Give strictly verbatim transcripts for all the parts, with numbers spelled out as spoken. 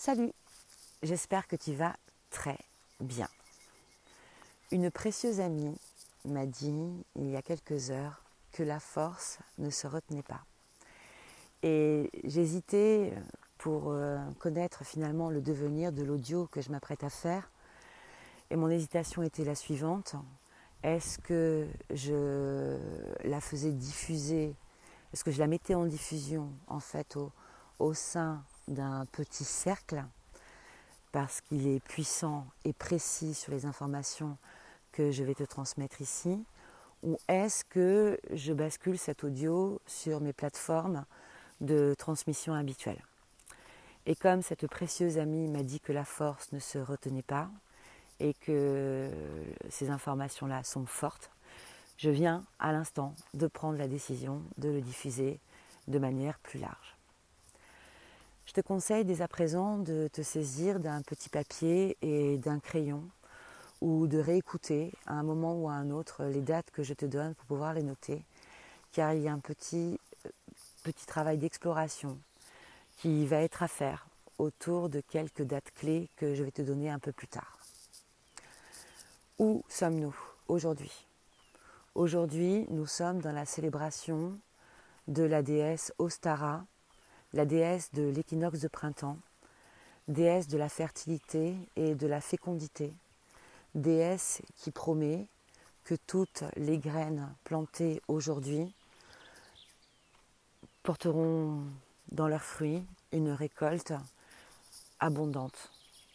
Salut, j'espère que tu vas très bien. Une précieuse amie m'a dit il y a quelques heures que la force ne se retenait pas. Et j'hésitais pour euh, connaître finalement le devenir de l'audio que je m'apprête à faire. Et mon hésitation était la suivante. Est-ce que je la faisais diffuser, est-ce que je la mettais en diffusion en fait au, au sein d'un petit cercle parce qu'il est puissant et précis sur les informations que je vais te transmettre ici, ou est-ce que je bascule cet audio sur mes plateformes de transmission habituelles? Et comme cette précieuse amie m'a dit que la force ne se retenait pas et que ces informations-là sont fortes, je viens à l'instant de prendre la décision de le diffuser de manière plus large. Je te conseille dès à présent de te saisir d'un petit papier et d'un crayon ou de réécouter à un moment ou à un autre les dates que je te donne pour pouvoir les noter, car il y a un petit, petit travail d'exploration qui va être à faire autour de quelques dates clés que je vais te donner un peu plus tard. Où sommes-nous aujourd'hui ? Aujourd'hui, nous sommes dans la célébration de la déesse Ostara, la déesse de l'équinoxe de printemps, déesse de la fertilité et de la fécondité, déesse qui promet que toutes les graines plantées aujourd'hui porteront dans leurs fruits une récolte abondante.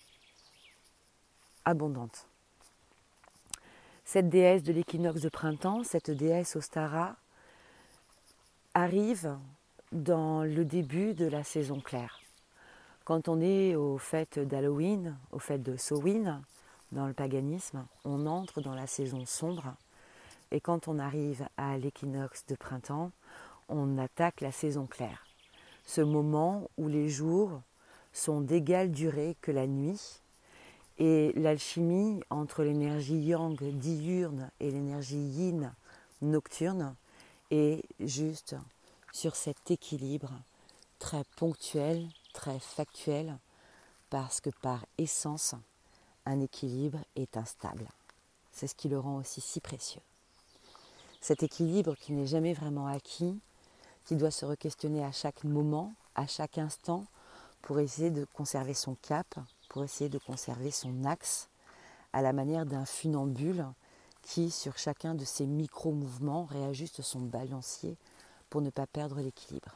Abondante. Cette déesse de l'équinoxe de printemps, cette déesse Ostara, arrive dans le début de la saison claire. Quand on est aux fêtes d'Halloween, aux fêtes de Samhain, dans le paganisme, on entre dans la saison sombre. Et quand on arrive à l'équinoxe de printemps, on attaque la saison claire. Ce moment où les jours sont d'égale durée que la nuit. Et l'alchimie entre l'énergie yang diurne et l'énergie yin nocturne est juste sur cet équilibre très ponctuel, très factuel, parce que par essence, un équilibre est instable. C'est ce qui le rend aussi si précieux. Cet équilibre qui n'est jamais vraiment acquis, qui doit se re-questionner à chaque moment, à chaque instant, pour essayer de conserver son cap, pour essayer de conserver son axe, à la manière d'un funambule qui, sur chacun de ses micro-mouvements, réajuste son balancier pour ne pas perdre l'équilibre.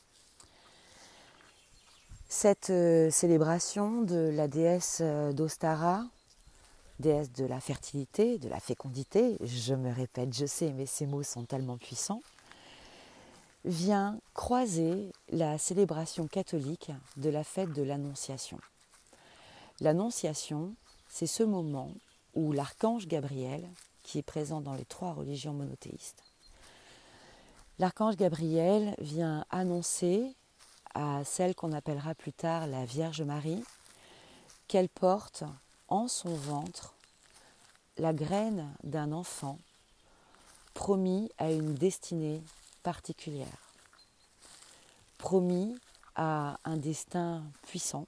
Cette euh, célébration de la déesse euh, d'Ostara, déesse de la fertilité, de la fécondité, je me répète, je sais, mais ces mots sont tellement puissants, vient croiser la célébration catholique de la fête de l'Annonciation. L'Annonciation, c'est ce moment où l'archange Gabriel, qui est présent dans les trois religions monothéistes, l'archange Gabriel vient annoncer à celle qu'on appellera plus tard la Vierge Marie qu'elle porte en son ventre la graine d'un enfant promis à une destinée particulière, promis à un destin puissant,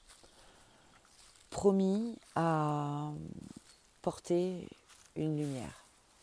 promis à porter une lumière.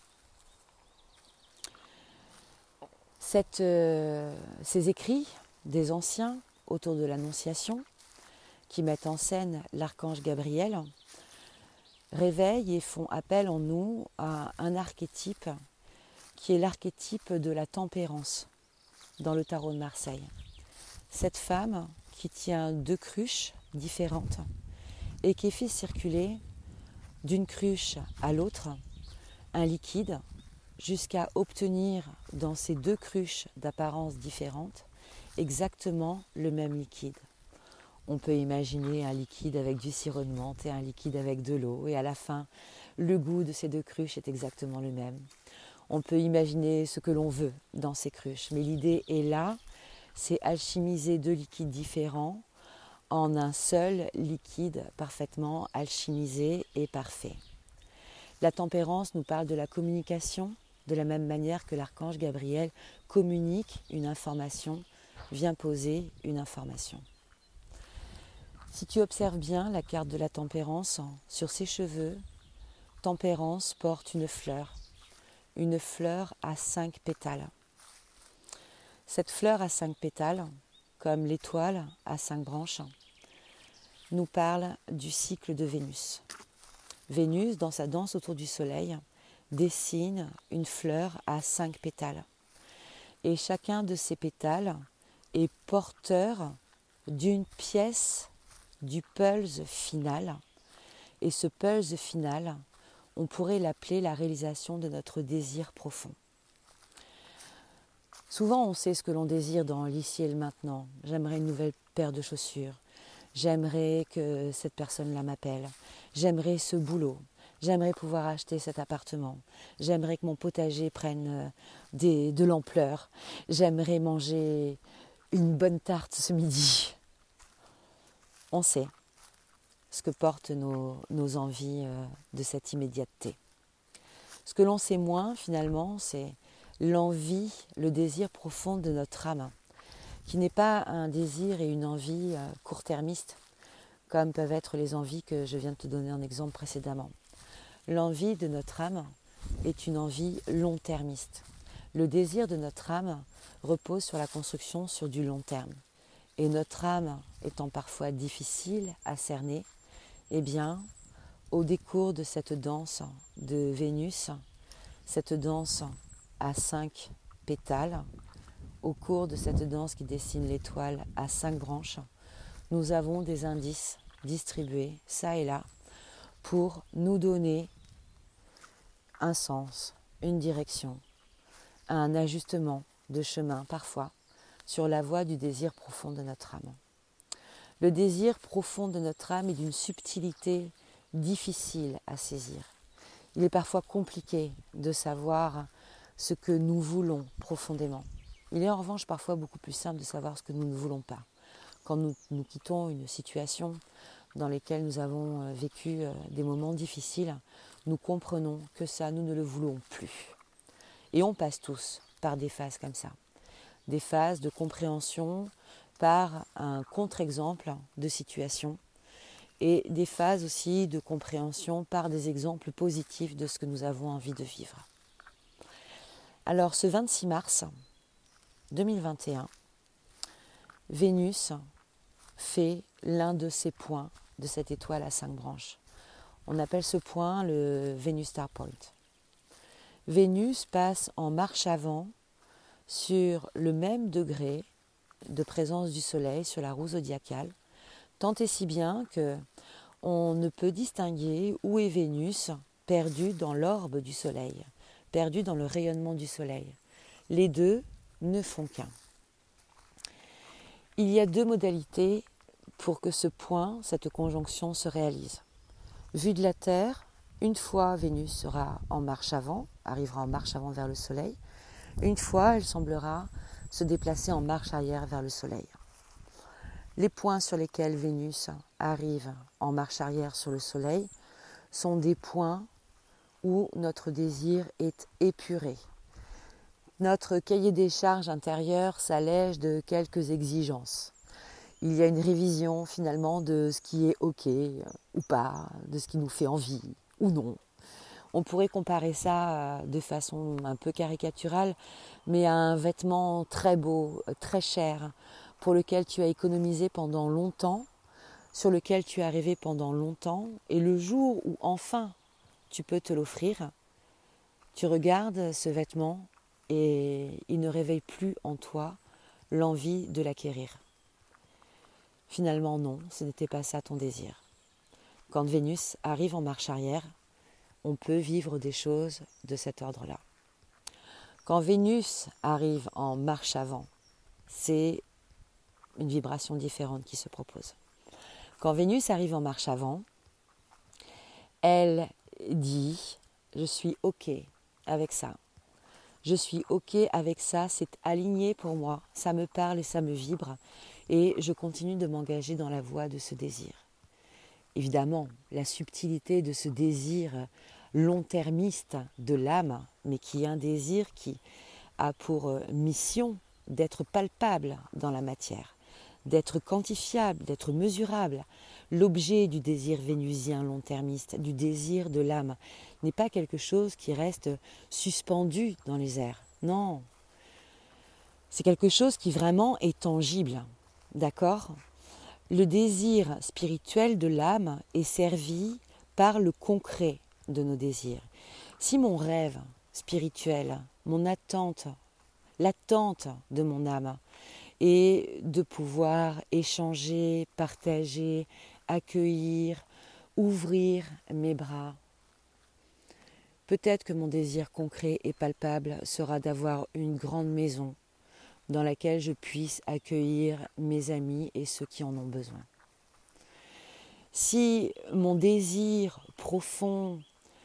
Cette, euh, ces écrits des anciens autour de l'Annonciation, qui mettent en scène l'archange Gabriel, réveillent et font appel en nous à un archétype qui est l'archétype de la tempérance dans le tarot de Marseille. Cette femme qui tient deux cruches différentes et qui fait circuler d'une cruche à l'autre un liquide jusqu'à obtenir dans ces deux cruches d'apparence différente exactement le même liquide. On peut imaginer un liquide avec du sirop de menthe et un liquide avec de l'eau, et à la fin, le goût de ces deux cruches est exactement le même. On peut imaginer ce que l'on veut dans ces cruches, mais l'idée est là, c'est alchimiser deux liquides différents en un seul liquide parfaitement alchimisé et parfait. La tempérance nous parle de la communication, de la même manière que l'archange Gabriel communique une information, vient poser une information. Si tu observes bien la carte de la tempérance, sur ses cheveux, Tempérance porte une fleur, une fleur à cinq pétales. Cette fleur à cinq pétales, comme l'étoile à cinq branches, nous parle du cycle de Vénus. Vénus, dans sa danse autour du soleil, dessine une fleur à cinq pétales. Et chacun de ces pétales est porteur d'une pièce du pulse final. Et ce pulse final, on pourrait l'appeler la réalisation de notre désir profond. Souvent, on sait ce que l'on désire dans l'ici et le maintenant. J'aimerais une nouvelle paire de chaussures. J'aimerais que cette personne-là m'appelle. J'aimerais ce boulot. J'aimerais pouvoir acheter cet appartement. J'aimerais que mon potager prenne des, de l'ampleur. J'aimerais manger une bonne tarte ce midi. On sait ce que portent nos, nos envies euh, de cette immédiateté. Ce que l'on sait moins, finalement, c'est l'envie, le désir profond de notre âme, qui n'est pas un désir et une envie euh, court-termiste, comme peuvent être les envies que je viens de te donner en exemple précédemment. L'envie de notre âme est une envie long-termiste. Le désir de notre âme repose sur la construction sur du long terme. Et notre âme étant parfois difficile à cerner, eh bien, au décours de cette danse de Vénus, cette danse à cinq pétales, au cours de cette danse qui dessine l'étoile à cinq branches, nous avons des indices distribués, ça et là, pour nous donner un sens, une direction, un ajustement de chemin parfois sur la voie du désir profond de notre âme. Le désir profond de notre âme est d'une subtilité difficile à saisir. Il est parfois compliqué de savoir ce que nous voulons profondément. Il est en revanche parfois beaucoup plus simple de savoir ce que nous ne voulons pas. Quand nous, nous quittons une situation dans laquelle nous avons vécu des moments difficiles, nous comprenons que ça, nous ne le voulons plus. Et on passe tous par des phases comme ça. Des phases de compréhension par un contre-exemple de situation et des phases aussi de compréhension par des exemples positifs de ce que nous avons envie de vivre. Alors ce vingt-six mars deux mille vingt et un, Vénus fait l'un de ces points de cette étoile à cinq branches. On appelle ce point le Venus Star Point. Vénus passe en marche avant sur le même degré de présence du Soleil sur la roue zodiacale, tant et si bien que on ne peut distinguer où est Vénus perdue dans l'orbe du Soleil, perdue dans le rayonnement du Soleil. Les deux ne font qu'un. Il y a deux modalités pour que ce point, cette conjonction se réalise. Vue de la Terre, une fois Vénus sera en marche avant, arrivera en marche avant vers le Soleil, une fois elle semblera se déplacer en marche arrière vers le Soleil. Les points sur lesquels Vénus arrive en marche arrière sur le Soleil sont des points où notre désir est épuré. Notre cahier des charges intérieur s'allège de quelques exigences. Il y a une révision finalement de ce qui est ok ou pas, de ce qui nous fait envie ou non. On pourrait comparer ça de façon un peu caricaturale, mais à un vêtement très beau, très cher, pour lequel tu as économisé pendant longtemps, sur lequel tu as rêvé pendant longtemps, et le jour où enfin tu peux te l'offrir, tu regardes ce vêtement et il ne réveille plus en toi l'envie de l'acquérir. Finalement non, ce n'était pas ça ton désir. Quand Vénus arrive en marche arrière, on peut vivre des choses de cet ordre-là. Quand Vénus arrive en marche avant, c'est une vibration différente qui se propose. Quand Vénus arrive en marche avant, elle dit « je suis ok avec ça ». Je suis ok avec ça, c'est aligné pour moi, ça me parle et ça me vibre et je continue de m'engager dans la voie de ce désir. Évidemment, la subtilité de ce désir long-termiste de l'âme, mais qui est un désir qui a pour mission d'être palpable dans la matière, d'être quantifiable, d'être mesurable. L'objet du désir vénusien long-termiste, du désir de l'âme, n'est pas quelque chose qui reste suspendu dans les airs. Non, c'est quelque chose qui vraiment est tangible. D'accord ? Le désir spirituel de l'âme est servi par le concret de nos désirs. Si mon rêve spirituel, mon attente, l'attente de mon âme est de pouvoir échanger, partager, accueillir, ouvrir mes bras, peut-être que mon désir concret et palpable sera d'avoir une grande maison dans laquelle je puisse accueillir mes amis et ceux qui en ont besoin. Si mon désir profond,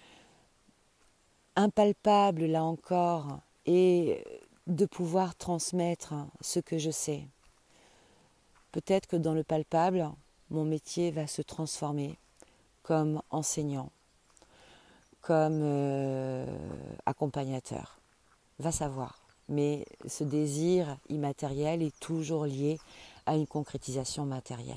impalpable là encore, est de pouvoir transmettre ce que je sais, peut-être que dans le palpable, mon métier va se transformer comme enseignant, comme euh, accompagnateur, va savoir. Mais ce désir immatériel est toujours lié à une concrétisation matérielle.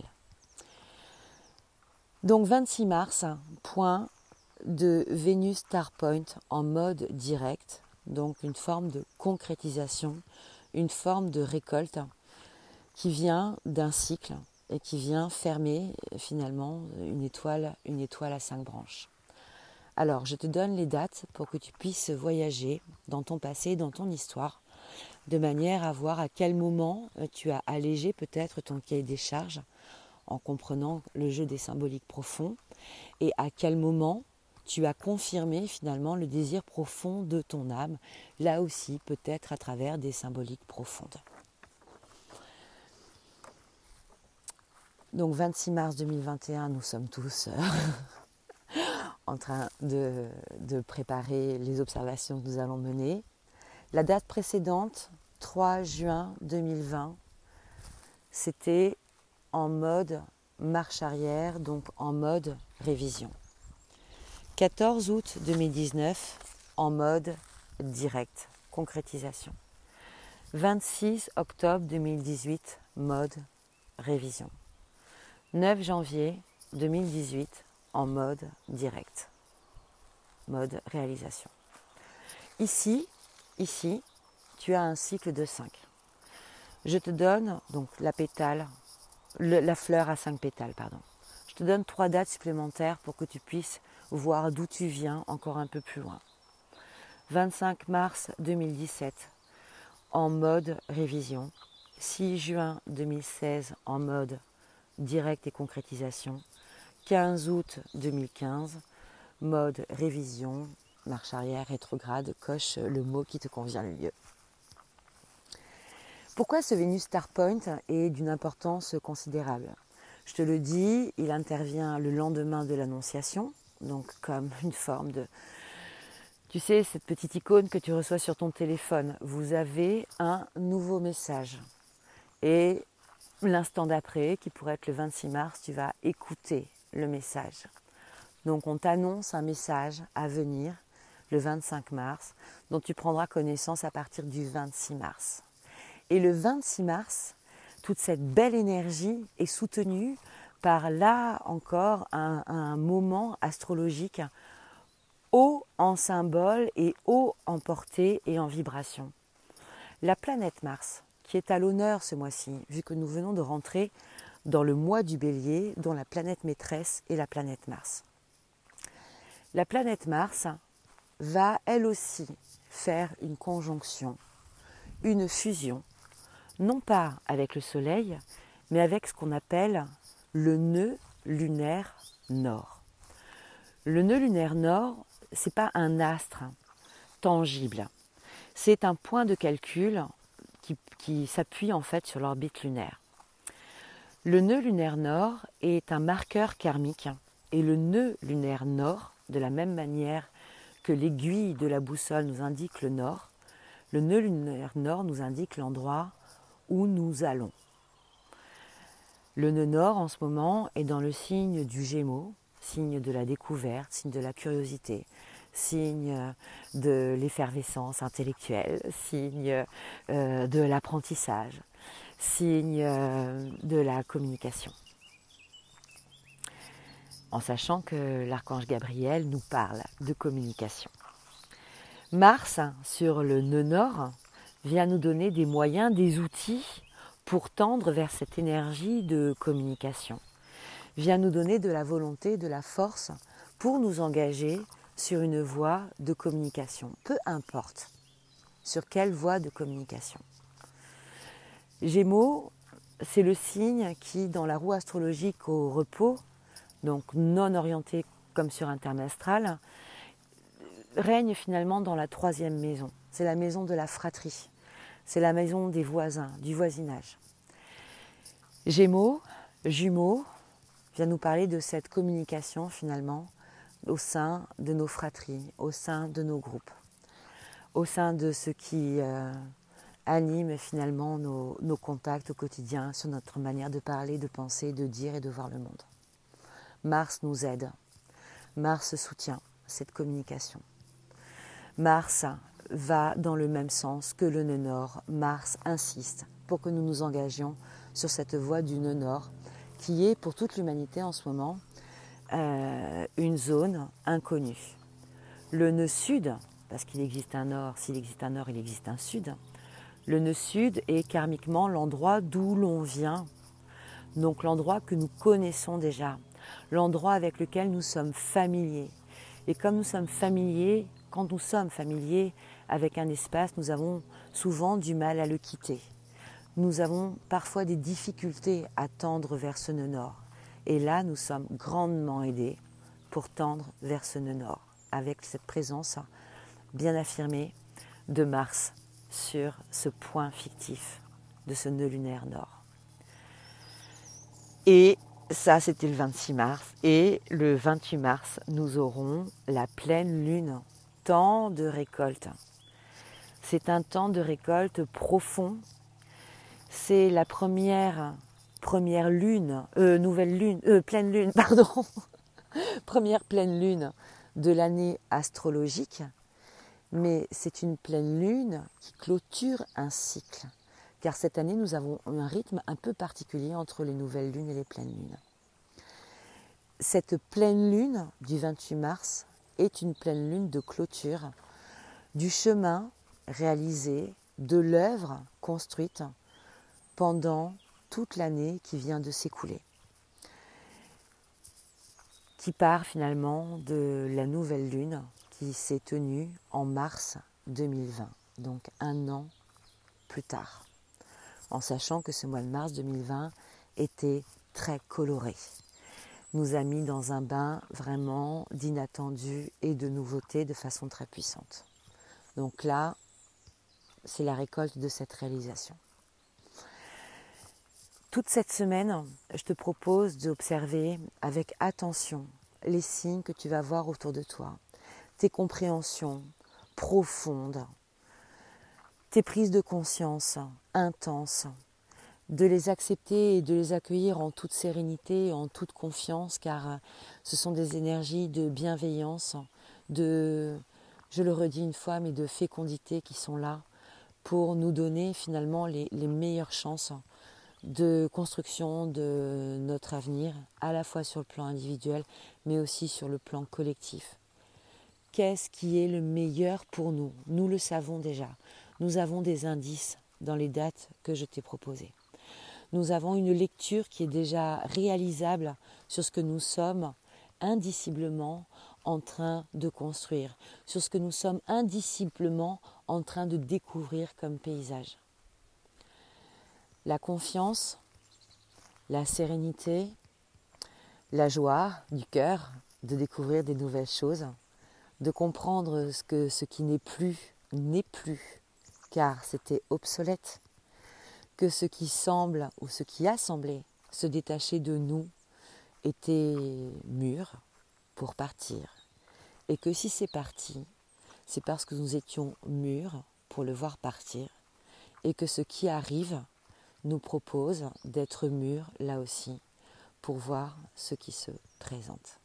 Donc vingt-six mars, point de Vénus Star Point en mode direct, donc une forme de concrétisation, une forme de récolte qui vient d'un cycle et qui vient fermer finalement une étoile, une étoile à cinq branches. Alors, je te donne les dates pour que tu puisses voyager dans ton passé, dans ton histoire, de manière à voir à quel moment tu as allégé peut-être ton cahier des charges en comprenant le jeu des symboliques profonds et à quel moment tu as confirmé finalement le désir profond de ton âme, là aussi peut-être à travers des symboliques profondes. Donc vingt-six mars deux mille vingt et un, nous sommes tous en train de, de préparer les observations que nous allons mener. La date précédente, trois juin deux mille vingt, c'était en mode marche arrière, donc en mode révision. quatorze août deux mille dix-neuf, en mode direct, concrétisation. vingt-six octobre deux mille dix-huit, mode révision. neuf janvier deux mille dix-huit, en mode direct, mode réalisation. Ici, ici, tu as un cycle de cinq. Je te donne donc la pétale, le, la fleur à cinq pétales, pardon. Je te donne trois dates supplémentaires pour que tu puisses voir d'où tu viens encore un peu plus loin. vingt-cinq mars deux mille dix-sept, en mode révision. six juin deux mille seize, en mode direct et concrétisation. quinze août deux mille quinze, mode révision, marche arrière, rétrograde, coche le mot qui te convient le mieux. Pourquoi ce Vénus Star Point est d'une importance considérable ? Je te le dis, il intervient le lendemain de l'Annonciation, donc comme une forme de... Tu sais, cette petite icône que tu reçois sur ton téléphone, vous avez un nouveau message. Et l'instant d'après, qui pourrait être le vingt-six mars, tu vas écouter le message. Donc on t'annonce un message à venir le vingt-cinq mars, dont tu prendras connaissance à partir du vingt-six mars. Et le vingt-six mars, toute cette belle énergie est soutenue par là encore un, un moment astrologique haut en symbole et haut en portée et en vibration. La planète Mars, qui est à l'honneur ce mois-ci, vu que nous venons de rentrer dans le mois du Bélier, dont la planète maîtresse est la planète Mars. La planète Mars va elle aussi faire une conjonction, une fusion, non pas avec le Soleil, mais avec ce qu'on appelle le nœud lunaire nord. Le nœud lunaire nord, ce n'est pas un astre tangible, c'est un point de calcul qui, qui s'appuie en fait sur l'orbite lunaire. Le nœud lunaire nord est un marqueur karmique et le nœud lunaire nord, de la même manière que l'aiguille de la boussole nous indique le nord, le nœud lunaire nord nous indique l'endroit où nous allons. Le nœud nord en ce moment est dans le signe du Gémeaux, signe de la découverte, signe de la curiosité, signe de l'effervescence intellectuelle, signe euh, de l'apprentissage. signe euh, de la communication. En sachant que l'archange Gabriel nous parle de communication. Mars, sur le nœud nord, vient nous donner des moyens, des outils pour tendre vers cette énergie de communication. Vient nous donner de la volonté, de la force pour nous engager sur une voie de communication, peu importe sur quelle voie de communication. Gémeaux, c'est le signe qui, dans la roue astrologique au repos, donc non orienté comme sur un terme astral, règne finalement dans la troisième maison. C'est la maison de la fratrie, c'est la maison des voisins, du voisinage. Gémeaux, jumeaux, vient nous parler de cette communication finalement au sein de nos fratries, au sein de nos groupes, au sein de ce qui euh, anime finalement nos, nos contacts au quotidien sur notre manière de parler, de penser, de dire et de voir le monde. Mars nous aide, Mars soutient cette communication. Mars va dans le même sens que le nœud nord. Mars insiste pour que nous nous engagions sur cette voie du nœud nord qui est pour toute l'humanité en ce moment euh, une zone inconnue. Le nœud sud, parce qu'il existe un nord, s'il existe un nord, il existe un sud. Le nœud sud est karmiquement l'endroit d'où l'on vient, donc l'endroit que nous connaissons déjà, l'endroit avec lequel nous sommes familiers. Et comme nous sommes familiers, quand nous sommes familiers avec un espace, nous avons souvent du mal à le quitter. Nous avons parfois des difficultés à tendre vers ce nœud nord. Et là, nous sommes grandement aidés pour tendre vers ce nœud nord, avec cette présence bien affirmée de Mars sur ce point fictif de ce nœud lunaire nord. Et ça, c'était le vingt-six mars. Et le vingt-huit mars, nous aurons la pleine lune, temps de récolte. C'est un temps de récolte profond. C'est la première, première lune, euh, nouvelle lune, euh, pleine lune, pardon, première pleine lune de l'année astrologique. Mais c'est une pleine lune qui clôture un cycle. Car cette année, nous avons un rythme un peu particulier entre les nouvelles lunes et les pleines lunes. Cette pleine lune du vingt-huit mars est une pleine lune de clôture du chemin réalisé, de l'œuvre construite pendant toute l'année qui vient de s'écouler, qui part finalement de la nouvelle lune qui s'est tenue en mars deux mille vingt, donc un an plus tard, en sachant que ce mois de mars deux mille vingt était très coloré, nous a mis dans un bain vraiment d'inattendus et de nouveautés de façon très puissante. Donc là, c'est la récolte de cette réalisation. Toute cette semaine, je te propose d'observer avec attention les signes que tu vas voir autour de toi, tes compréhensions profondes, tes prises de conscience intenses, de les accepter et de les accueillir en toute sérénité et en toute confiance, car ce sont des énergies de bienveillance, de, je le redis une fois, mais de fécondité qui sont là pour nous donner finalement les, les meilleures chances de construction de notre avenir, à la fois sur le plan individuel, mais aussi sur le plan collectif. Qu'est-ce qui est le meilleur pour nous? Nous le savons déjà. Nous avons des indices dans les dates que je t'ai proposées. Nous avons une lecture qui est déjà réalisable sur ce que nous sommes indiciblement en train de construire, sur ce que nous sommes indiciblement en train de découvrir comme paysage. La confiance, la sérénité, la joie du cœur de découvrir des nouvelles choses, de comprendre ce que ce qui n'est plus n'est plus, car c'était obsolète, que ce qui semble ou ce qui a semblé se détacher de nous était mûr pour partir, et que si c'est parti, c'est parce que nous étions mûrs pour le voir partir, et que ce qui arrive nous propose d'être mûrs là aussi pour voir ce qui se présente.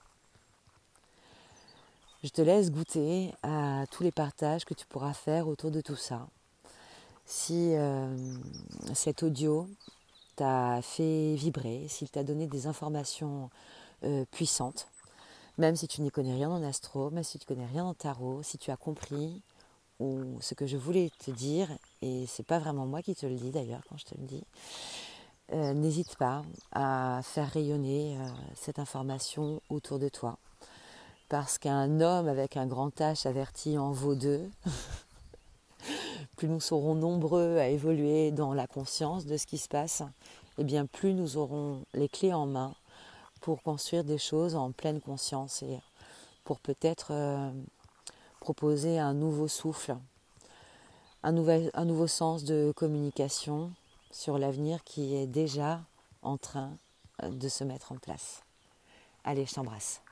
Je te laisse goûter à tous les partages que tu pourras faire autour de tout ça. Si euh, cet audio t'a fait vibrer, s'il t'a donné des informations euh, puissantes, même si tu n'y connais rien en astro, même si tu ne connais rien en tarot, si tu as compris ou ce que je voulais te dire, et c'est pas vraiment moi qui te le dis d'ailleurs quand je te le dis, euh, n'hésite pas à faire rayonner euh, cette information autour de toi. Parce qu'un homme avec un grand H averti en vaut deux. Plus nous serons nombreux à évoluer dans la conscience de ce qui se passe, et bien plus nous aurons les clés en main pour construire des choses en pleine conscience et pour peut-être euh, proposer un nouveau souffle, un, nouvel, un nouveau sens de communication sur l'avenir qui est déjà en train de se mettre en place. Allez, je t'embrasse.